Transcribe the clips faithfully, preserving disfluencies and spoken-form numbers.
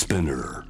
Spinner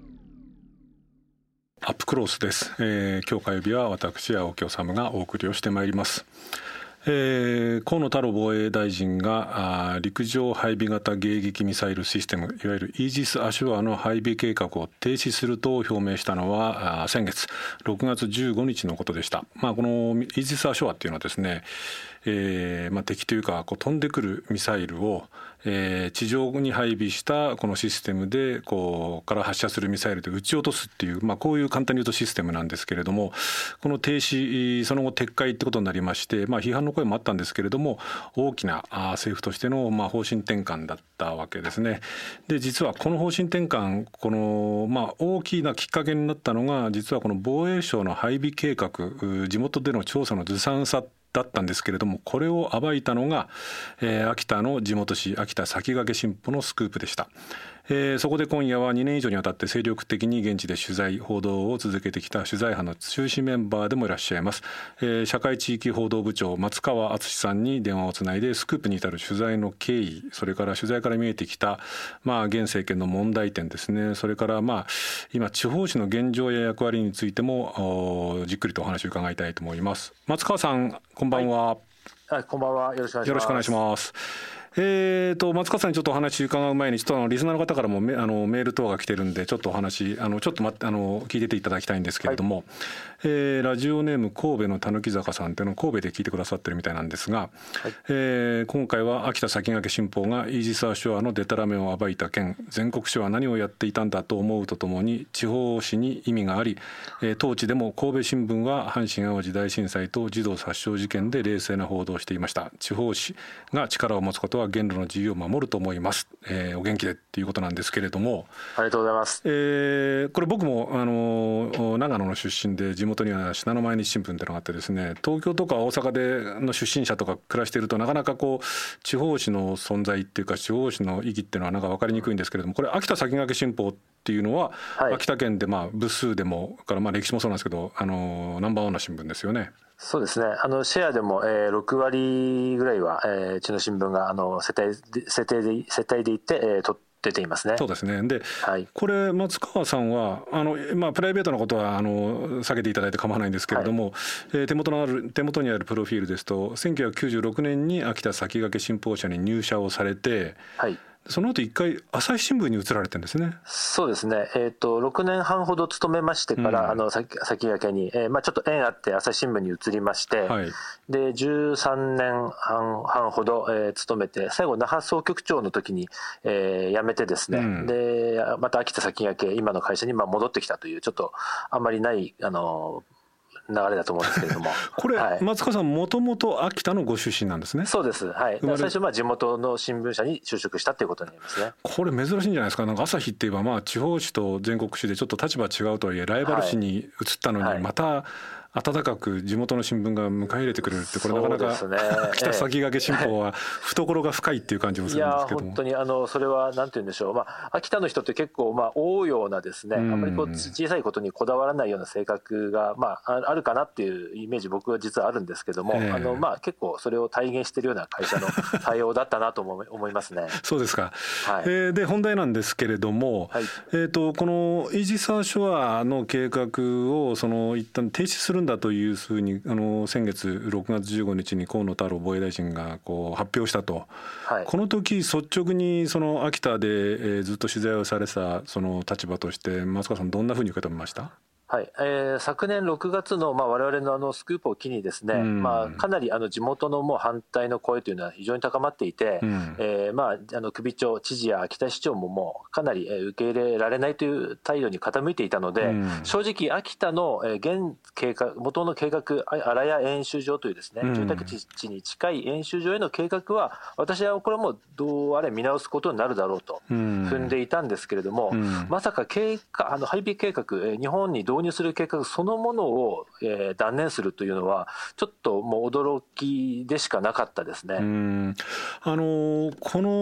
アップクロースです、えー、今日火曜日は私青木治がお送りをしてまいります。えー、河野太郎防衛大臣があ陸上配備型迎撃ミサイルシステム、いわゆるイージス・アショアの配備計画を停止すると表明したのはあ先月ろくがつじゅうごにちのことでした。まあ、このイージス・アショアっていうのはですね、えーまあ、敵というかこう飛んでくるミサイルを、えー、地上に配備したこのシステムでこうから発射するミサイルで撃ち落とすっていう、まあ、こういう簡単に言うとシステムなんですけれども、この停止その後撤回ってことになりまして、まあ、批判の声もあったんですけれども、大きな政府としてのまあ方針転換だったわけですね。で実はこの方針転換、このまあ大きなきっかけになったのが、実はこの防衛省の配備計画、地元での調査のずさんさだったんですけれども、これを暴いたのが、えー、秋田の地元紙秋田先駆新報のスクープでした。えー、そこで今夜はにねん以上にわたって精力的に現地で取材報道を続けてきた取材班の中心メンバーでもいらっしゃいます、えー、社会地域報道部長松川敦さんに電話をつないで、スクープに至る取材の経緯、それから取材から見えてきた、まあ、現政権の問題点ですね、それからまあ今地方紙の現状や役割についてもじっくりとお話を伺いたいと思います。松川さん、こんばんは。 はい、こんばんは。よろしくお願いします。 よろしくお願いします。えー、と松川さんにちょっとお話伺う前に、ちょっとあのリスナーの方からも メ, あのメール等が来てるんで、ちょっとお話あのちょっと待ってあの聞いてていただきたいんですけれども、はい、えー、ラジオネーム神戸のたぬき坂さんっていうのを神戸で聞いてくださってるみたいなんですが、はい、えー、今回は秋田先駆新報がイージス・アショアのデタラメを暴いた件、全国紙は何をやっていたんだと思うとともに地方紙に意味があり、えー、当地でも神戸新聞は阪神淡路大震災と児童殺傷事件で冷静な報道をしていました。地方紙が力を持つことは言論の自由を守ると思います、えー、お元気でっていうことなんですけれども、 ありがとうございます。 えー、これ僕もあの長野の出身で、地元には信濃毎日新聞ってのがあってですね、東京とか大阪での出身者とか暮らしているとなかなかこう地方紙の存在っていうか地方紙の意義っていうのはなんか分かりにくいんですけれども、これ秋田先駆新報っていうのは、はい、秋田県でまあ部数でもからまあ歴史もそうなんですけど、あのナンバーワンの新聞ですよね。 そうですね、あのシェアでも、えー、ろくわりぐらいは、えー、うちの新聞があの世帯で世帯で世帯でいって、えー、と出ていますね。 そうですね。で、はい、これ松川さんはあの、まあ、プライベートなことはあの避けていただいて構わないんですけれども、はい、えー、手元のある手元にあるプロフィールですと、せんきゅうひゃくきゅうじゅうろくねんに秋田先駆新報社に入社をされて、はい、その後一回朝日新聞に移られてるんですね。 そうですね、えー、とろくねんはんほど勤めましてから、うん、あの 先, 先駆けに、えーまあ、ちょっと縁あって朝日新聞に移りまして、はい、でじゅうさんねんはんほど、えー、勤めて、最後那覇総局長の時に、えー、辞めてですね、うん、でまた秋田先駆け今の会社にまあ戻ってきたという、ちょっとあんまりないあの流れだと思うんですけれどもこれ、はい、松川さんもともと秋田のご出身なんですね。 そうです、はい、最初まあ地元の新聞社に就職したということになりますね。 これ珍しいんじゃないですか。なんか朝日って言えばまあ地方紙と全国紙でちょっと立場違うとはいえ、ライバル紙に移ったのにまた温かく地元の新聞が迎え入れてくれるって、これなかなか、ね、秋田先駆新報は懐が深いっていう感じもするんですけども、 いや本当にあのそれはなんて言うんでしょう、まあ、秋田の人って結構まあ多いようなですね、あんまりこう小さいことにこだわらないような性格が、まあ、あるかなっていうイメージ僕は実はあるんですけども、えーあのまあ、結構それを体現しているような会社の対応だったなと思いますね。 そうですか、はい、えー、で本題なんですけれども、はい、えー、とこのイージス・アショアの計画をその一旦停止するんだというふうにあの先月ろくがつじゅうごにちに河野太郎防衛大臣がこう発表したと、はい、この時率直にその秋田で、えー、ずっと取材をされたその立場として松川さんどんなふうに受け止めました？ はい、えー、昨年ろくがつの、まあ、我々のあのスクープを機にですね、まあ、かなりあの地元のもう反対の声というのは非常に高まっていて、えーまあ、あの首長知事や秋田市長ももうかなり受け入れられないという態度に傾いていたので、正直秋田の現計画元の計画、荒谷演習場というですね、住宅地に近い演習場への計画は私はこれもどうあれ見直すことになるだろうと踏んでいたんですけれども、まさか計画あの配備計画、日本に導入する計画そのものを、えー、断念するというのはちょっともう驚きでしかなかったですね。 うんあのこのきっ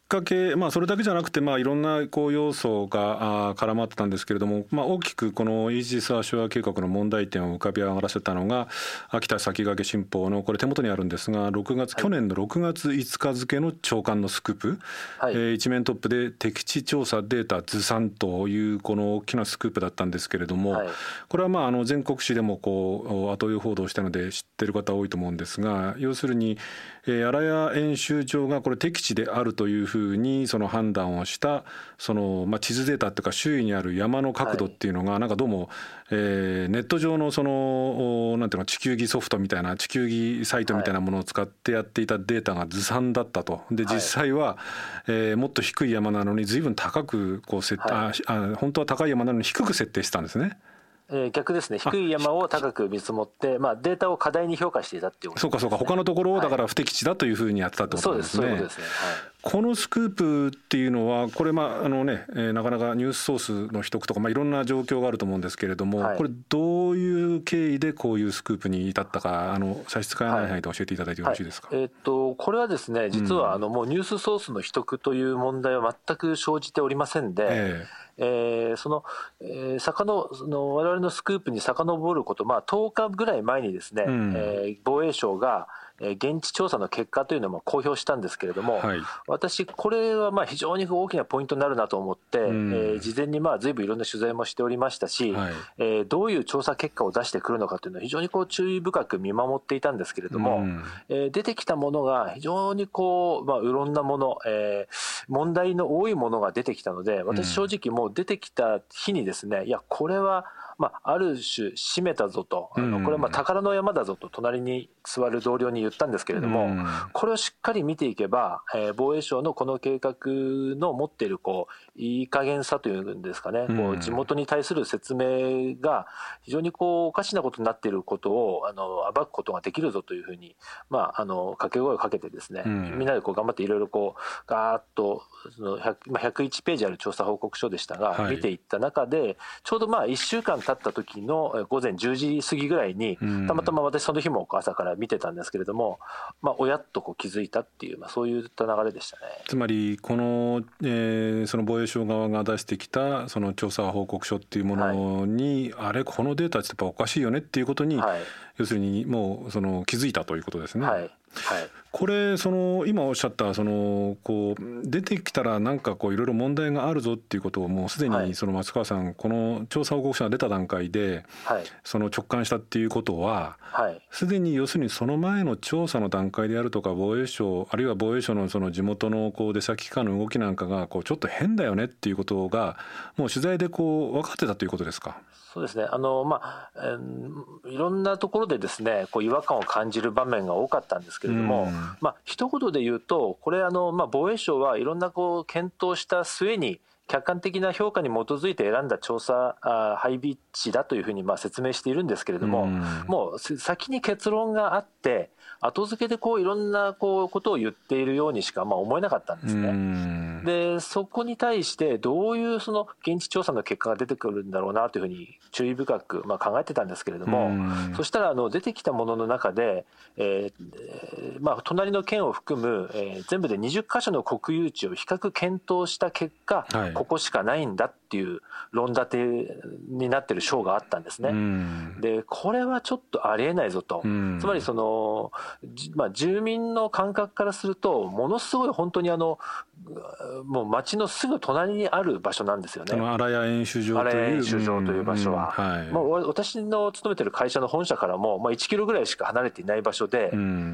かけ、まあ、それだけじゃなくて、まあ、いろんなこう要素があ絡まってたんですけれども、まあ、大きくこのイージス・アショア計画の問題点を浮かび上がらせたのが秋田先駆新報のこれ手元にあるんですがろくがつ、はい、去年のろくがついつか付の朝刊のスクープ、はい、えー、一面トップで敵地調査データずさんというこの大きなスクープだったんですけれども、はい、これはまああの全国紙でもこう後追い報道したので知ってる方多いと思うんですが、要するに、えー、荒谷演習場がこれ敵地であるというふうにその判断をしたその、まあ、地図データというか周囲にある山の角度っていうのがなんかどうも、えー、ネット上のそのなんていうの地球儀ソフトみたいな地球儀サイトみたいなものを使ってやっていたデータがずさんだったと。で実際は、えー、もっと低い山なのに随分高くこう設定、はい、ああ本当は高い山なのに低く設定してたんですね。 えー、逆ですね、低い山を高く見積もって、まあ、データを過大に評価していたっていうことですね。 そうかそうか、他のところをだから不適地だというふうにやってたってことですね。 そうです、そういうことですね。はい、 このスクープっていうのはこれ、まああのねえー、なかなかニュースソースの秘匿とか、まあ、いろんな状況があると思うんですけれども、はい、これどういう経緯でこういうスクープに至ったか、あの差し支えない範囲で教えていただいてよろしいですか。 はいはい、えー、っとこれはですね、実はあのもうニュースソースの秘匿という問題は全く生じておりませんで、えーえー、その、えー、坂のその我々のスクープに遡ること、まあ、とおかぐらい前にですね、うん、えー、防衛省が現地調査の結果というのも公表したんですけれども、はい、私これはまあ非常に大きなポイントになるなと思って、うん、えー、事前にまあ随分いろんな取材もしておりましたし、はい、えー、どういう調査結果を出してくるのかというのを非常にこう注意深く見守っていたんですけれども、うん、えー、出てきたものが非常にこう、まあ、いろんなもの、えー、問題の多いものが出てきたので、私正直もう出てきた日にですね、いやこれはまあ、ある種締めたぞと、あのこれはまあ宝の山だぞと隣に座る同僚に言ったんですけれども、これをしっかり見ていけば、えー、防衛省のこの計画の持っているこういい加減さというんですかね、こう地元に対する説明が非常にこうおかしなことになっていることをあの暴くことができるぞというふうに、まあ、あの掛け声をかけてですね、みんなでこう頑張っていろいろこうガーッとそのひゃく、まあ、ひゃくいちページある調査報告書でしたが、はい、見ていった中でちょうどまあいっしゅうかん経った時の午前じゅうじ過ぎぐらいに、たまたま私その日も朝から見てたんですけれども、まあ、おやっとこう気づいたっていう、まあ、そういった流れでしたね。 つまりこの、えー、その防衛省側が出してきたその調査報告書っていうものに、はい、あれこのデータってやっぱおかしいよねっていうことに、はい、要するにもうその気づいたということですね。はい、はい、これその今おっしゃったそのこう出てきたらなんかこういろいろ問題があるぞっていうことをもうすでにその松川さんこの調査報告書が出た段階でその直感したっていうことはすでに要するにその前の調査の段階であるとか防衛省あるいは防衛省のその地元のこう出先機関の動きなんかがこうちょっと変だよねっていうことがもう取材でこう分かってたということですか。 そうですね、あの、まあえー、いろんなところでですねこう違和感を感じる場面が多かったんですけれども、まあ一言で言うとこれあの、まあ、防衛省はいろんなこう検討した末に客観的な評価に基づいて選んだ調査あ配備地だというふうにまあ説明しているんですけれども、もう先に結論があって後付けでこういろんなこうことを言っているようにしかまあ思えなかったんですね。でそこに対してどういうその現地調査の結果が出てくるんだろうなというふうに注意深くまあ考えてたんですけれども、そしたらあの出てきたものの中で、えーまあ、隣の県を含む、えー、全部でにじゅっかしょの国有地を比較検討した結果、はい、ここしかないんだっていう論立てになってる章があったんですね。でこれはちょっとありえないぞと、つまりその、まあ、住民の感覚からするとものすごい本当にあのもう町のすぐ隣にある場所なんですよね。 荒谷演習場という荒谷演習場という場所は、うんうんはいまあ、私の勤めてる会社の本社からも、まあ、いちキロぐらいしか離れていない場所で、うん、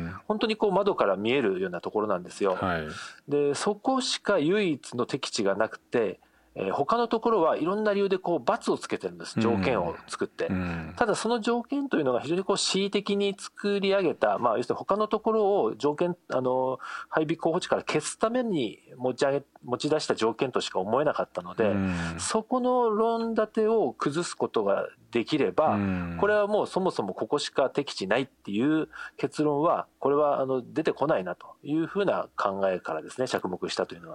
本当にこう窓から見えるようなところなんですよ、はい、でそこしか唯一の敵地がなくて、えー、他のところはいろんな理由でこう×をつけてるんです、条件を作って、うん、ただその条件というのが非常にこう恣意的に作り上げた、まあ、要するに他のところを条件あの配備候補地から消すために持ち上げ持ち出した条件としか思えなかったので、うん、そこの論立てを崩すことができれば、うん、これはもうそもそもここしか敵地ないっていう結論はこれはあの出てこないなというふうな考えからですね着目したというのは。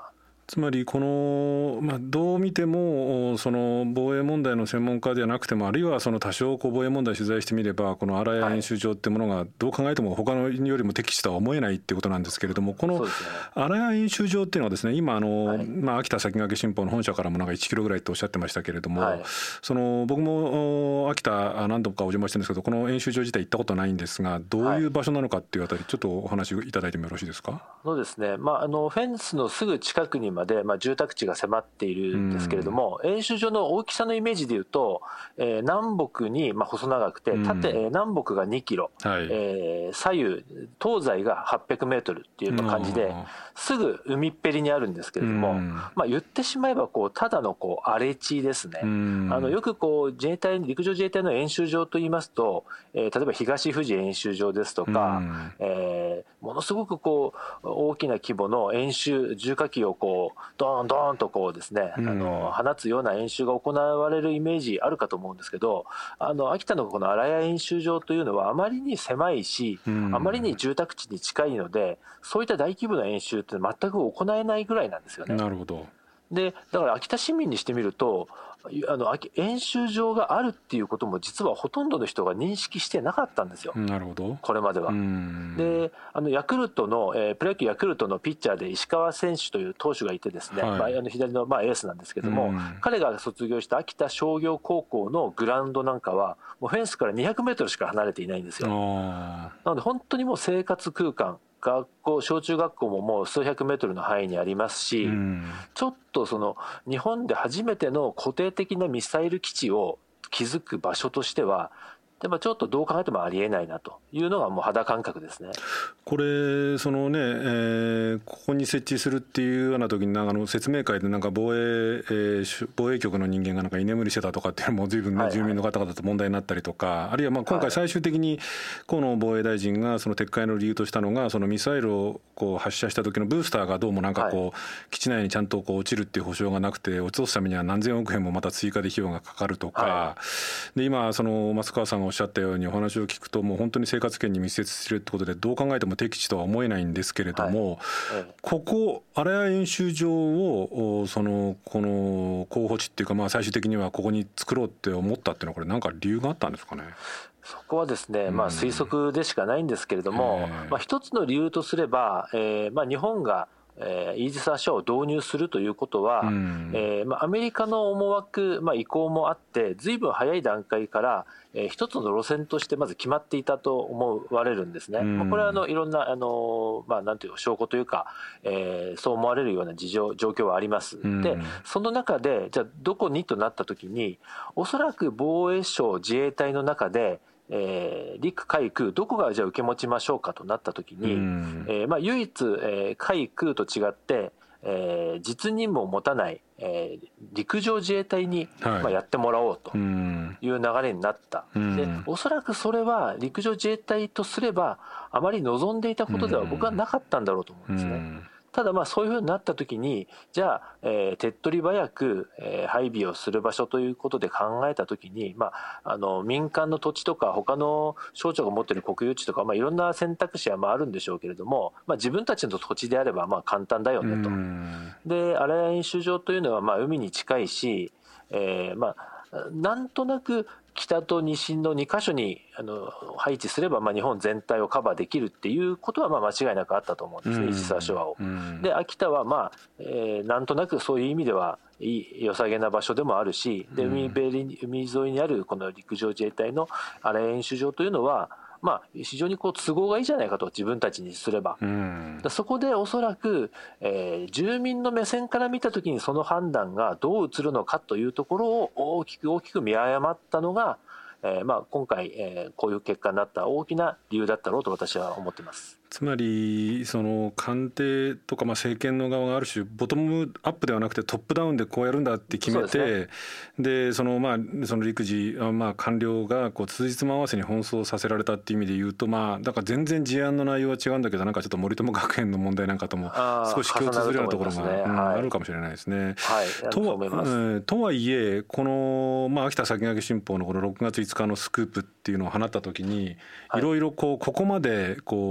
つまりこの、まあ、どう見てもその防衛問題の専門家ではなくても、あるいはその多少こう防衛問題取材してみれば、この荒谷演習場ってものがどう考えても他のよりも適地とは思えないっていうことなんですけれども、この荒谷演習場っていうのはですね、今あの、はい、まあ、秋田先駆け新報の本社からもなんかいちキロぐらいっておっしゃってましたけれども、はい、その僕も秋田何度かお邪魔してるんですけど、この演習場自体行ったことないんですが、どういう場所なのかっていうあたり、ちょっとお話いただいてもよろしいですか。 そうですね、まあ、あのフェンスのすぐ近くにまで、まあ、住宅地が迫っているんですけれども、演習場の大きさのイメージでいうと、えー、南北にまあ細長くて、縦、えー、南北がにキロ、はい、えー、左右東西がはっぴゃくメートルっていう感じで、すぐ海っぺりにあるんですけれども、まあ、言ってしまえばこうただのこう荒れ地ですね。あのよくこう自衛隊陸上自衛隊の演習場といいますと、えー、例えば東富士演習場ですとか、えー、ものすごくこう大きな規模の演習重火器をこうドーンドーンとこうですね、あの放つような演習が行われるイメージあるかと思うんですけど、あの秋田のこの荒谷演習場というのはあまりに狭いし、あまりに住宅地に近いので、そういった大規模な演習って全く行えないぐらいなんですよね。 なるほど。 でだから秋田市民にしてみると、あの演習場があるっていうことも実はほとんどの人が認識してなかったんですよ。 なるほど。 これまでは。であのヤクルトの、えー、プロ野球ヤクルトのピッチャーで石川選手という投手がいてですね、はい、まあ、あの左の、まあ、エースなんですけども、彼が卒業した秋田商業高校のグラウンドなんかはもうフェンスからにひゃくメートルしか離れていないんですよ。なので本当にもう生活空間、学校小中学校ももう数百メートルの範囲にありますし、うん、ちょっとその日本で初めての固定的なミサイル基地を築く場所としては、でもちょっとどう考えてもありえないなというのがもう肌感覚ですね。 これそのね、えー、ここに設置するっていうような時になんかあの説明会でなんか防衛、えー、防衛局の人間がなんか居眠りしてたとかっていうのも随分ね、住民の方々と問題になったりとか、あるいはまあ今回最終的に河野防衛大臣がその撤回の理由としたのが、そのミサイルをこう発射した時のブースターがどうもなんかこう基地内にちゃんとこう落ちるっていう保証がなくて、落とすためには何千億円もまた追加で費用がかかるとか、で今その松川さんがおっしゃったようにお話を聞くと、もう本当に生活圏に密接しているってことで、どう考えても敵地とは思えないんですけれども、はい、ここ荒谷演習場をそのこの候補地っていうか、まあ最終的にはここに作ろうって思ったっていうのは、これ何か理由があったんですかね。 そこはですね、まあ、推測でしかないんですけれども、まあ、一つの理由とすれば、えーまあ、日本がえー、イージス・アショアを導入するということは、うんえーまあ、アメリカの思惑、まあ、意向もあって、ずいぶん早い段階から、えー、一つの路線としてまず決まっていたと思われるんですね。うんまあ、これはあのいろんなあの、まあ、なんていう証拠というか、えー、そう思われるような事情状況はあります。うん、でその中でじゃあどこにとなったときに、おそらく防衛省自衛隊の中でえー、陸海空どこがじゃあ受け持ちましょうかとなったときに、うんえーまあ、唯一、えー、海空と違って、えー、実任務を持たない、えー、陸上自衛隊に、はいまあ、やってもらおうという流れになった、うん、でおそらくそれは陸上自衛隊とすればあまり望んでいたことでは僕はなかったんだろうと思うんですね。うんただまあそういうふうになったときに、じゃあ、えー、手っ取り早く、えー、配備をする場所ということで考えたときに、まあ、あの民間の土地とか他の省庁が持っている国有地とか、まあ、いろんな選択肢はまああるんでしょうけれども、まあ、自分たちの土地であればまあ簡単だよねと。で荒谷演習場というのはまあ海に近いし、えー、まあなんとなく北と西のにかしょにあの配置すれば、まあ、日本全体をカバーできるっていうことはまあ間違いなくあったと思うんですね、イージス・アショアを。で秋田は、まあえー、なんとなくそういう意味ではいい良さげな場所でもあるし、で 海べり海沿いにあるこの陸上自衛隊の荒谷演習場というのは、まあ、非常にこう都合がいいじゃないかと、自分たちにすれば。うんそこでおそらく、えー、住民の目線から見たときにその判断がどう映るのかというところを大きく大きく見誤ったのが、えーまあ、今回、えー、こういう結果になった大きな理由だったろうと私は思っています。 つまりその官邸とかまあ政権の側がある種ボトムアップではなくてトップダウンでこうやるんだって決めて、でそのまあその陸自まあ官僚がこう辻褄合わせに奔走させられたっていう意味で言うと、まあだから全然事案の内容は違うんだけど、なんかちょっと森友学園の問題なんかとも少し共通するようなところが、ねうんはい、あるかもしれないですね。 はい、とはとはいえこのまあ秋田先駆け新報のこのろくがついつかのスクープっていうのを放った時にいろいろこうここまでこう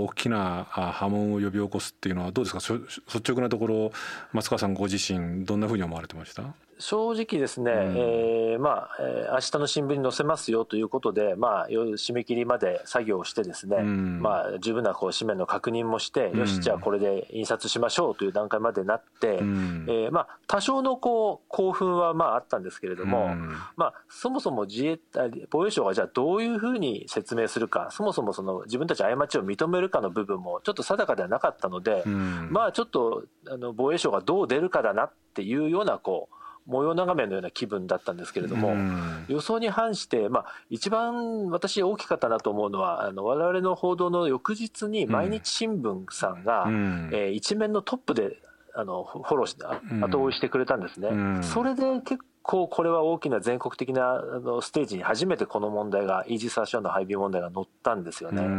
大きな波紋を呼び起こすっていうのはどうですか、率直なところ松川さんご自身どんなふうに思われてました？ 正直ですね、うん、えー、まあ、えー、明日の新聞に載せますよということで、まあ、締め切りまで作業をしてですね、うん、まあ、十分なこう紙面の確認もして、うん、よし、じゃあこれで印刷しましょうという段階までなって、うん、えー、まあ、多少のこう興奮はまああったんですけれども、うん、まあ、そもそも自衛隊、防衛省がじゃあどういうふうに説明するか、そもそもその自分たち過ちを認めるかの部分もちょっと定かではなかったので、うん、まあ、ちょっとあの防衛省がどう出るかだなっていうようなこう模様眺めのような気分だったんですけれども、うん、予想に反して、まあ、一番私大きかったなと思うのは、あの我々の報道の翌日に毎日新聞さんが、うん、えー、一面のトップであのフォローして後追いしてくれたんですね、うん、それで結構これは大きな全国的なあのステージに初めてこの問題がイージス・アショアの配備問題が載ったんですよね。うん、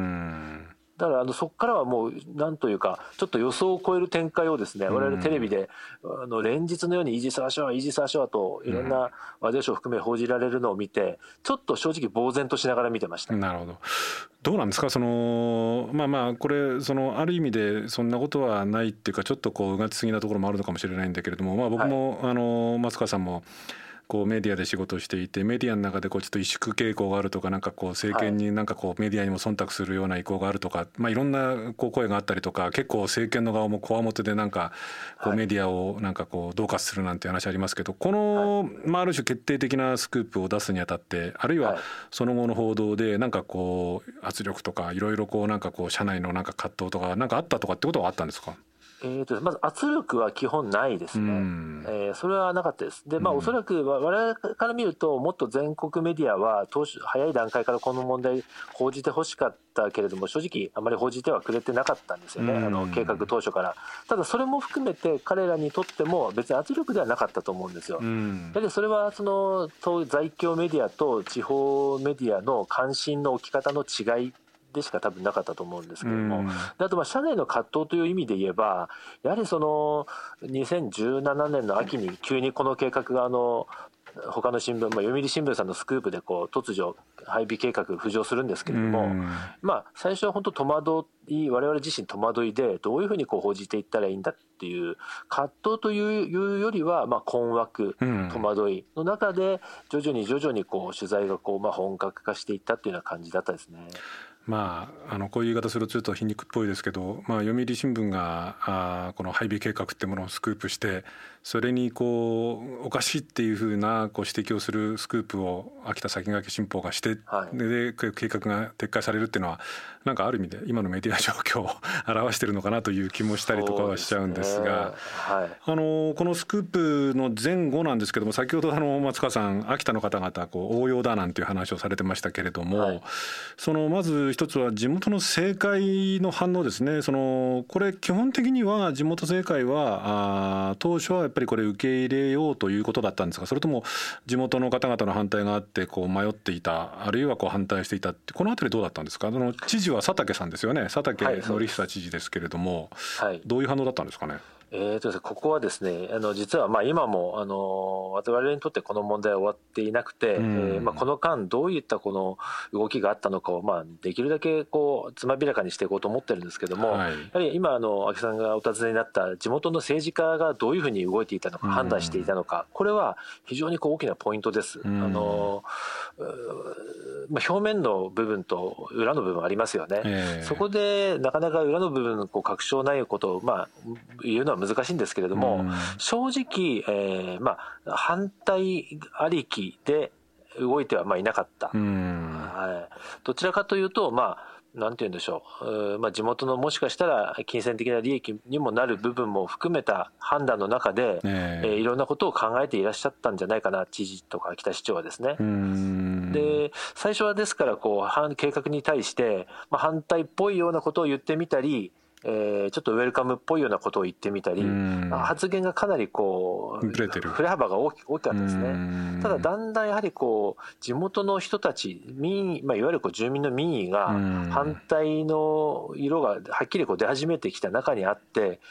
だからあのそこからはもうなんというかちょっと予想を超える展開をですね、我々テレビであの連日のようにイージス・アショアイージス・アショアといろんなワイドショーを含め報じられるのを見て、ちょっと正直呆然としながら見てました。 なるほど。どうなんですか、そのまあまあこれそのある意味でそんなことはないっていうか、ちょっとこううがちすぎなところもあるのかもしれないんだけれども、まあ僕も、はい、あの松川さんもこうメディアで仕事をしていて、メディアの中でこうちょっと萎縮傾向があるとか、なんかこう政権になんかこうメディアにも忖度するような意向があるとか、まあいろんなこう声があったりとか、結構政権の側もこわもてでなんかこうメディアをなんかこう恫喝するなんて話ありますけど、このまあある種決定的なスクープを出すにあたって、あるいはその後の報道でなんかこう圧力とかいろいろこうなんかこう社内のなんか葛藤とかなんかあったとかってことはあったんですか？ えー、とまず圧力は基本ないですね、うん、えー、それはなかったです。で、まあ、おそらく我々から見るともっと全国メディアは当初早い段階からこの問題報じてほしかったけれども、正直あまり報じてはくれてなかったんですよね、うん、あの計画当初から。ただそれも含めて彼らにとっても別に圧力ではなかったと思うんですよ、うん、でそれはその在京メディアと地方メディアの関心の置き方の違いでしか多分なかったと思うんですけれども、うん、あとまあ社内の葛藤という意味で言えば、やはりそのにせんじゅうななねんの秋に急にこの計画があの他の新聞、まあ、読売新聞さんのスクープでこう突如配備計画浮上するんですけれども、うん、まあ最初は本当戸惑い、我々自身戸惑いでどういうふうにこう報じていったらいいんだっていう葛藤というよりは、まあ困惑、戸惑いの中で徐々に徐々にこう取材がこうまあ本格化していったっていうような感じだったですね。 まあ、あのこういう言い方するとちょっと皮肉っぽいですけど、まあ、読売新聞があこの配備計画ってものをスクープして、それにこうおかしいっていうふうなこう指摘をするスクープを秋田先駆け新報がして、はい、で計画が撤回されるっていうのはなんかある意味で今のメディア状況を表しているのかなという気もしたりとかはしちゃうんですが、はい、あのこのスクープの前後なんですけども、先ほどあの松川さん秋田の方々こう応用だなんていう話をされてましたけれども、はい、そのまず一つは地元の政界の反応ですね。そのこれ基本的には地元政界はあ当初はやっぱりこれ受け入れようということだったんですか、それとも地元の方々の反対があってこう迷っていた、あるいはこう反対していたって、このあたりどうだったんですか。その知事は佐竹さんですよね、佐竹典久知事ですけれども、はい、どういう反応だったんですかね。 えーとですね、ここはですね、あの実はまあ今もあの我々にとってこの問題は終わっていなくて、うん、えーまあ、この間どういったこの動きがあったのかをまあできるだけこうつまびらかにしていこうと思ってるんですけども、はい、やはり今あの秋さんがお尋ねになった地元の政治家がどういうふうに動いていたのか、判断していたのか、これは非常にこう大きなポイントです。うん、あのまあ、表面の部分と裏の部分ありますよね、えー、そこでなかなか裏の部分こう確証ないことをまあ言うのは難しいんですけれども、うん、正直、えーまあ、反対ありきで動いてはまあいなかった、うん、はい、どちらかというとまあなんて言うんでしょう、まあ、地元のもしかしたら金銭的な利益にもなる部分も含めた判断の中で、えーえー、いろんなことを考えていらっしゃったんじゃないかな、知事とか秋田市長はですね。で最初はですからこう計画に対して、まあ、反対っぽいようなことを言ってみたり、えー、ちょっとウェルカムっぽいようなことを言ってみたり、発言がかなりこう振れ幅が大き大きかったですね。ただだんだんやはりこう地元の人たち民意、まあ、いわゆるこう住民の民意が反対の色がはっきりこう出始めてきた中にあって、や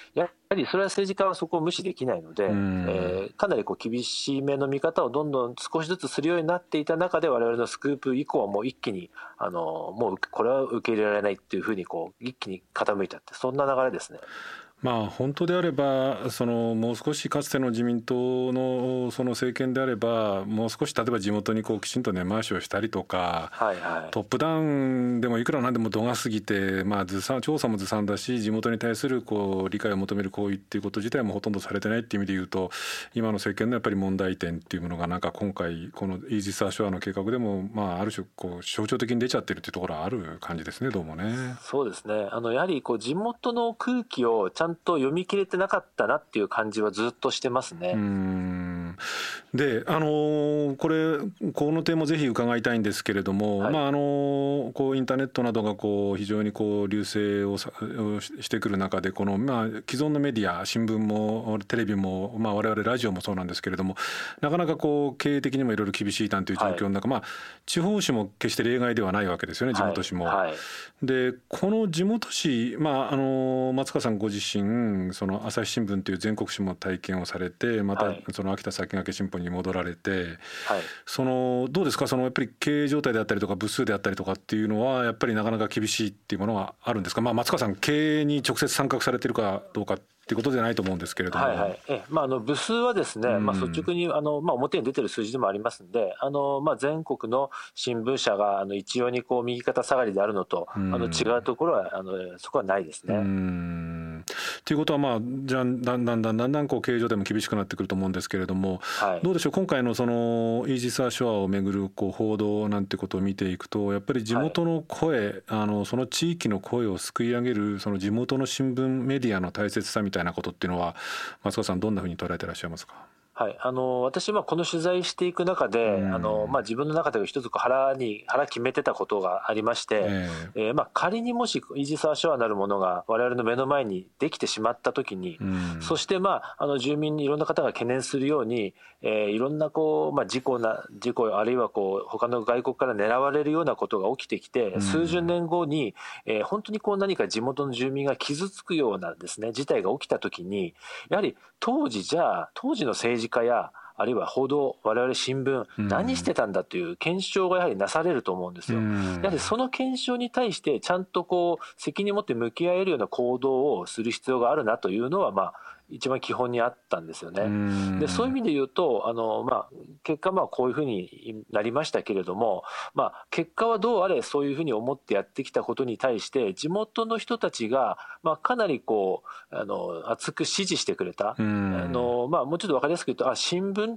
はりそれは政治家はそこを無視できないので、えー、かなりこう厳しめの見方をどんどん少しずつするようになっていた中で、我々のスクープ以降はもう一気にあのもうこれは受け入れられないっていうふうにこう一気に傾いちゃって、そんな流れですね。 まあ、本当であればそのもう少しかつての自民党のその政権であれば、もう少し例えば地元にこうきちんと根回しをしたりとか、 はいはい、 トップダウンでもいくらなんでも度が過ぎて、まあ、ずさん調査もずさんだし、地元に対するこう理解を求める行為っていうこと自体もほとんどされてないっていう意味で言うと、今の政権のやっぱり問題点っていうものがなんか今回このイージス・アショアの計画でも、まあ、ある種こう象徴的に出ちゃってるっていうところはある感じですね、どうもね。 そうですね、あのやはりこう地元の空気をちゃんと読み切れてなかったなっていう感じはずっとしてますね。 うーんで、あのー、これこの点もぜひ伺いたいんですけれども、はい、まああのー、こうインターネットなどがこう非常にこう隆盛をさしてくる中で、このまあ既存のメディア、新聞もテレビも、まあ、我々ラジオもそうなんですけれども、なかなかこう経営的にもいろいろ厳しいなんていう状況の中、はい、まあ、地方紙も決して例外ではないわけですよね、地元紙も。はいはい、でこの地元紙、まあ、あの松川さんご自身その朝日新聞という全国紙も体験をされて、またその秋田先駆新報に戻られて、はい、そのどうですか、そのやっぱり経営状態であったりとか部数であったりとかっていうのはやっぱりなかなか厳しいっていうものがあるんですか。まあ、松川さん経営に直接参画されているかどうかっていうことじゃないと思うんですけれども、 はいはい、え、まあ、あの部数はですね、うん、まあ、率直にあの、まあ、表に出てる数字でもありますんで、あの、まあ、全国の新聞社があの一様にこう右肩下がりであるのと、うん、あの違うところはあのそこはないですね。 うんということは、まあ、じゃあだんだんだんだんだんだんこう経営状態も厳しくなってくると思うんですけれども、はい、どうでしょう、今回のそのイージス・アショアをめぐるこう報道なんてことを見ていくと、やっぱり地元の声、はい、あのその地域の声をすくい上げるその地元の新聞メディアの大切さみたいなことっていうのは、松川さんどんなふうに捉えていらっしゃいますか。 はい、あの私はこの取材していく中で、うん、あのまあ、自分の中で一つ腹に腹決めてたことがありまして、えーえーまあ、仮にもしイージス・アショアなるものが我々の目の前にできてしまったときに、うん、そして、まあ、あの住民にいろんな方が懸念するように、えー、いろんなこう、まあ、事故な事故あるいはこう他の外国から狙われるようなことが起きてきて、うん、数十年後に、えー、本当にこう何か地元の住民が傷つくようなですね事態が起きたときに、やはり当時じゃあ当時の政治家やあるいは報道、我々新聞、何してたんだという検証がやはりなされると思うんですよ。やはりその検証に対してちゃんとこう責任を持って向き合えるような行動をする必要があるなというのは、まあ一番基本にあったんですよね。でそういう意味で言うと、あの、まあ、結果まあこういうふうになりましたけれども、まあ、結果はどうあれそういうふうに思ってやってきたことに対して地元の人たちが、まあ、かなりこうあの熱く支持してくれた。あの、まあ、もうちょっと分かりやすく言うと、あ、新聞って、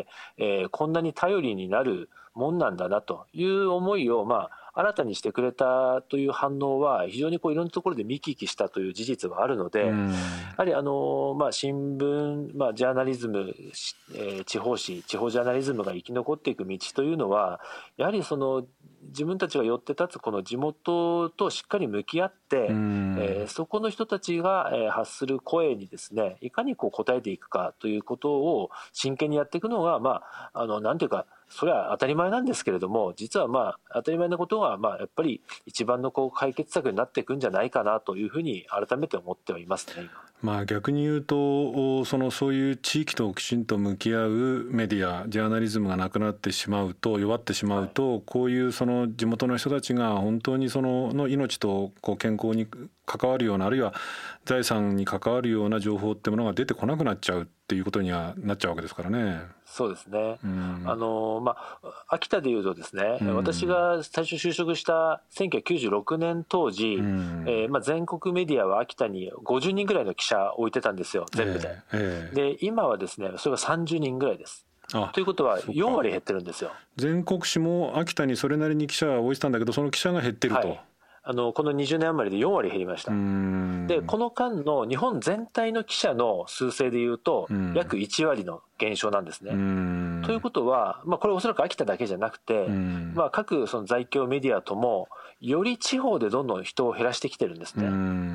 えー、こんなに頼りになるもんなんだなという思いを、まあ新たにしてくれたという反応は非常にこういろんなところで見聞きしたという事実はあるので、やはりあの、まあ、新聞、まあ、ジャーナリズム、えー、地方紙地方ジャーナリズムが生き残っていく道というのは、やはりその自分たちが寄って立つこの地元としっかり向き合って、えー、そこの人たちが発する声にですね、いかにこう応えていくかということを真剣にやっていくのが、まあ、あのなんていうか、それは当たり前なんですけれども、実はまあ当たり前なことがまあやっぱり一番のこう解決策になっていくんじゃないかなというふうに改めて思ってはいますね。 まあ、逆に言うとそのそういう地域ときちんと向き合うメディアジャーナリズムがなくなってしまうと弱ってしまうと、はい、こういうその地元の人たちが本当にそのの命とこう健康に関わるような、あるいは財産に関わるような情報ってものが出てこなくなっちゃうっていうことにはなっちゃうわけですからね。 そうですね、うん、あのまあ、秋田でいうとですね、うん、私が最初就職したせんきゅうひゃくきゅうじゅうろくねん当時、うん、えーまあ、全国メディアは秋田にごじゅうにんぐらいの記者を置いてたんですよ、全部で、えーえー、で今はですねそれがさんじゅうにんぐらいです。ということはよんわり減ってるんですよ。 全国紙も秋田にそれなりに記者を置いてたんだけど、その記者が減ってると、 はい、あのこのにじゅうねん余りでよんわり減りました。でこの間の日本全体の記者の数勢でいうと約いちわりの減少なんですね。ということは、まあ、これおそらく秋田だけじゃなくて、まあ、各その在京メディアともより地方でどんどん人を減らしてきてるんですね。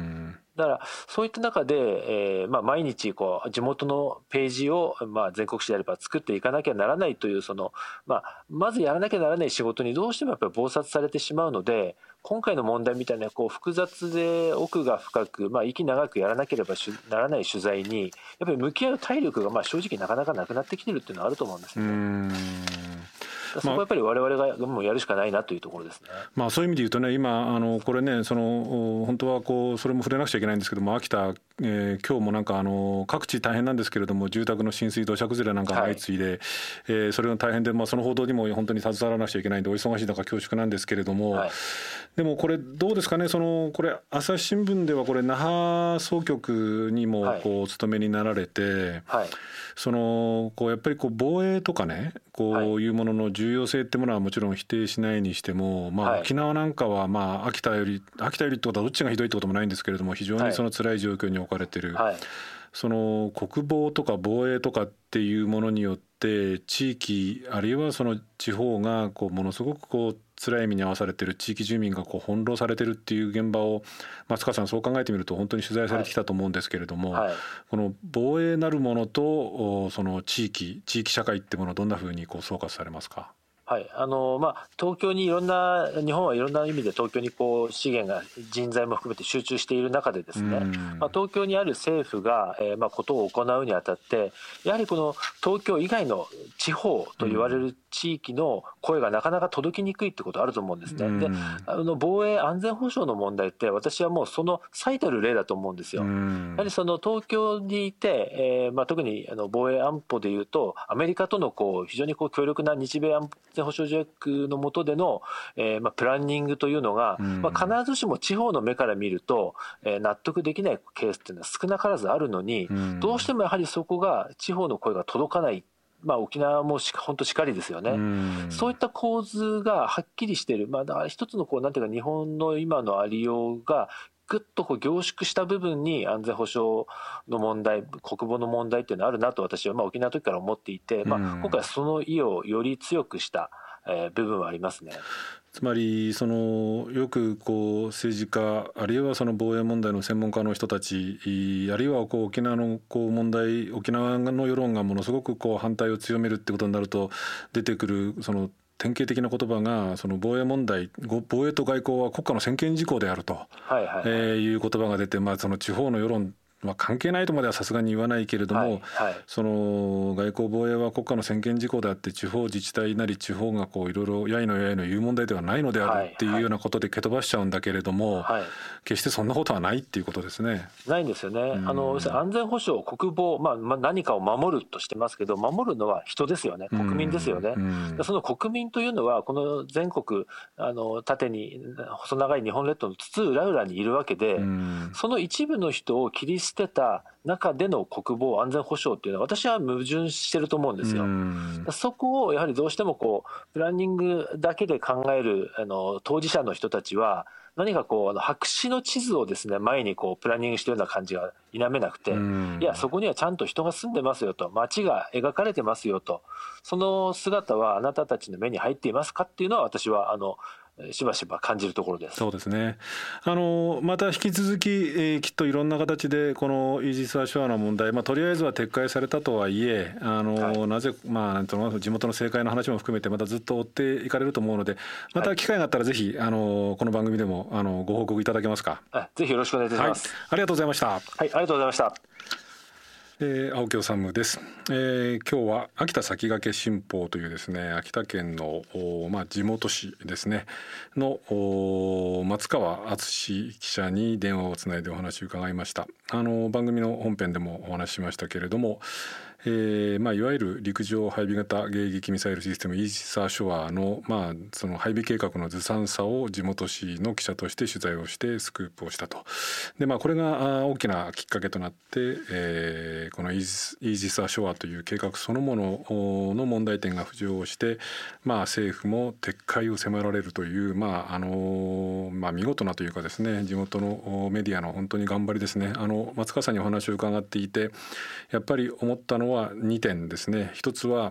だからそういった中で、えーまあ、毎日こう地元のページを、まあ、全国紙であれば作っていかなきゃならないというその、まあ、まずやらなきゃならない仕事にどうしてもやっぱり忙殺されてしまうので、今回の問題みたいなこう複雑で奥が深く、まあ、息長くやらなければならない取材にやっぱり向き合う体力がまあ正直なかなかなくなってきてるっていうのはあると思うんですよね。うーん、そこはやっぱり我々がもうやるしかないなというところですね。 まあ、そういう意味で言うとね、今あのこれね、その本当はこうそれも触れなくちゃいけないんですけども、秋田、えー、今日もなんかあの各地大変なんですけれども、住宅の浸水、土砂崩れなんかが相次いで、はい、えー、それが大変で、まあ、その報道にも本当に携わらなくちゃいけないんでお忙しい中恐縮なんですけれども、はい、でもこれどうですかね、そのこれ朝日新聞ではこれ那覇総局にもこうお勤めになられて、はい、そのこうやっぱりこう防衛とかね、こういうものの重要性ってものはもちろん否定しないにしても、まあ、沖縄なんかはまあ秋田より秋田よりってことはどっちがひどいってこともないんですけれども、非常にその辛い状況に置かれてる、はい、その国防とか防衛とかっていうものによって地域あるいはその地方がこうものすごくこう辛い目に遭わされてる、地域住民がこう翻弄されてるっていう現場を松川さんそう考えてみると本当に取材されてきたと思うんですけれども、はいはい、この防衛なるものとその地域地域社会ってものをどんなふうにこう総括されますか。 はい、あのまあ、東京にいろんな日本はいろんな意味で東京にこう資源が人材も含めて集中している中でですね、まあ、東京にある政府が、えーまあ、ことを行うにあたってやはりこの東京以外の地方と言われる地域の声がなかなか届きにくいってことあると思うんですね。で、あの防衛安全保障の問題って私はもうその最たる例だと思うんですよ。やはりその東京にいて、えーまあ、特にあの防衛安保でいうとアメリカとのこう非常にこう強力な日米安全保障条約の下での、えーまあ、プランニングというのが、まあ、必ずしも地方の目から見ると、えー、納得できないケースっていうのは少なからずあるのに、どうしてもやはりそこが地方の声が届かない、まあ、沖縄もし本当しかりですよね。うそういった構図がはっきりしている、まあ、だから一つのこうなんていうか日本の今のありようがぐっとこう凝縮した部分に安全保障の問題、国防の問題っていうのはあるなと私はまあ沖縄の時から思っていて、まあ、今回はその意をより強くしたえー、部分はありますね。 つまりそのよくこう政治家あるいはその防衛問題の専門家の人たちあるいはこう沖縄のこう問題沖縄の世論がものすごくこう反対を強めるってことになると出てくるその典型的な言葉がその防衛問題防衛と外交は国家の専権事項であると、はいはいはい、えー、いう言葉が出て、まあ、その地方の世論まあ、関係ないとまではさすがに言わないけれども、はいはい、その外交防衛は国家の専権事項であって地方自治体なり地方がこういろいろやいのやいの言う問題ではないのであるっていうようなことで蹴飛ばしちゃうんだけれども、はいはい、決してそんなことはないっていうことですね。 ないんですよね。あの安全保障国防、まあ、まあ何かを守るとしてますけど守るのは人ですよね、国民ですよね。その国民というのはこの全国あの縦に細長い日本列島の津々浦々にいるわけで、その一部の人を切り捨てた中での国防安全保障っていうのは私は矛盾してると思うんですよ。そこをやはりどうしてもこうプランニングだけで考えるあの当事者の人たちは何かこうあの白紙の地図をですね前にこうプランニングしてるような感じが否めなくて、いやそこにはちゃんと人が住んでますよと、街が描かれてますよと、その姿はあなたたちの目に入っていますかっていうのは私はあのしばしば感じるところです。 そうですね。あのまた引き続き、えー、きっといろんな形でこのイージス・アショアの問題、まあ、とりあえずは撤回されたとはいえあの、はい、なぜ、まあ、なんとの地元の政界の話も含めてまたずっと追っていかれると思うのでまた機会があったらぜひあのこの番組でもあのご報告いただけますか。 ぜひよろしくお願いいたします、 はい、ありがとうございました。はい、 ありがとうございました。 えー、青木治です、えー、今日は秋田先駆新報というですね秋田県の、まあ、地元紙ですねの松川敦記者に電話をつないでお話を伺いました。あの番組の本編でもお話ししましたけれどもえーまあ、いわゆる陸上配備型迎撃ミサイルシステムイージス・アショアの、まあ、その配備計画のずさんさを地元紙の記者として取材をしてスクープをしたと。で、まあ、これが大きなきっかけとなって、えー、このイージス・イージス・アショアという計画そのものの問題点が浮上して、まあ、政府も撤回を迫られるという、まああのまあ、見事なというかですね地元のメディアの本当に頑張りですね。あの松川さんにお話を伺っていてやっぱり思ったのはにてんですね。一つは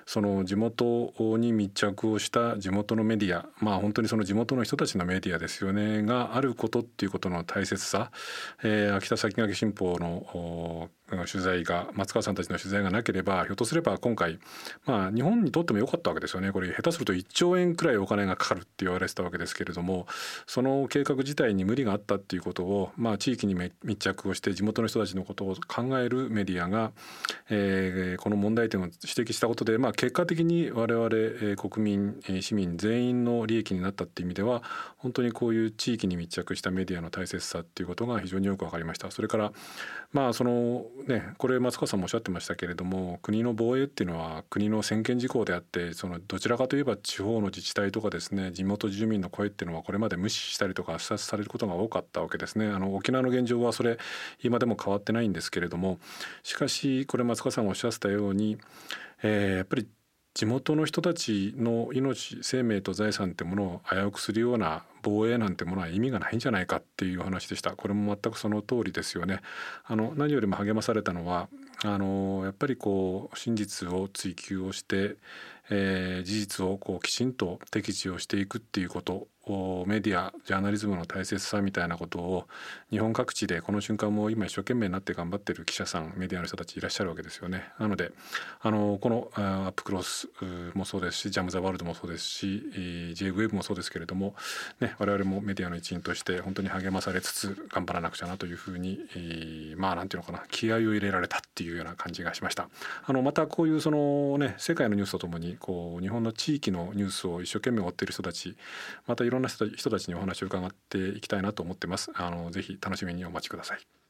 その地元に密着をした地元のメディア、まあ本当にその地元の人たちのメディアですよねがあることっていうことの大切さ、えー、秋田先駆新報の取材が松川さんたちの取材がなければひょっとすれば今回、まあ、日本にとっても良かったわけですよね。これ下手するといっちょうえんくらいお金がかかるって言われてたわけですけれども、その計画自体に無理があったっていうことを、まあ、地域に密着をして地元の人たちのことを考えるメディアが、えー、この問題点を指摘したことで、まあ、結果的に我々、えー、国民、えー、市民全員の利益になったっていう意味では本当にこういう地域に密着したメディアの大切さっていうことが非常によく分かりました。それからまあそのね、これ松川さんもおっしゃってましたけれども、国の防衛っていうのは国の専権事項であって、そのどちらかといえば地方の自治体とかですね、地元住民の声っていうのはこれまで無視したりとか視察されることが多かったわけですね。あの沖縄の現状はそれ今でも変わってないんですけれども、しかしこれ松川さんがおっしゃってたように、えー、やっぱり地元の人たちの命、生命と財産ってものを危うくするような防衛なんてものは意味がないんじゃないかっていう話でした。これも全くその通りですよね。あの何よりも励まされたのはあのやっぱりこう真実を追求をして、えー、事実をこうきちんと摘示をしていくっていうことを、メディアジャーナリズムの大切さみたいなことを日本各地でこの瞬間も今一生懸命になって頑張ってる記者さん、メディアの人たちいらっしゃるわけですよね。なのであのこのアップクロスもそうですし、ジャム・ザ・ワールドもそうですし、 ジェイウェブ もそうですけれども、ね、我々もメディアの一員として本当に励まされつつ頑張らなくちゃなというふうに、えー、まあなんていうのかな、気合を入れられたっていうような感じがしました。あのまたこういうそのね、世界のニュースとともにこう日本の地域のニュースを一生懸命追っている人たち、またいろんな人たちにお話を伺っていきたいなと思ってます。あのぜひ楽しみにお待ちください。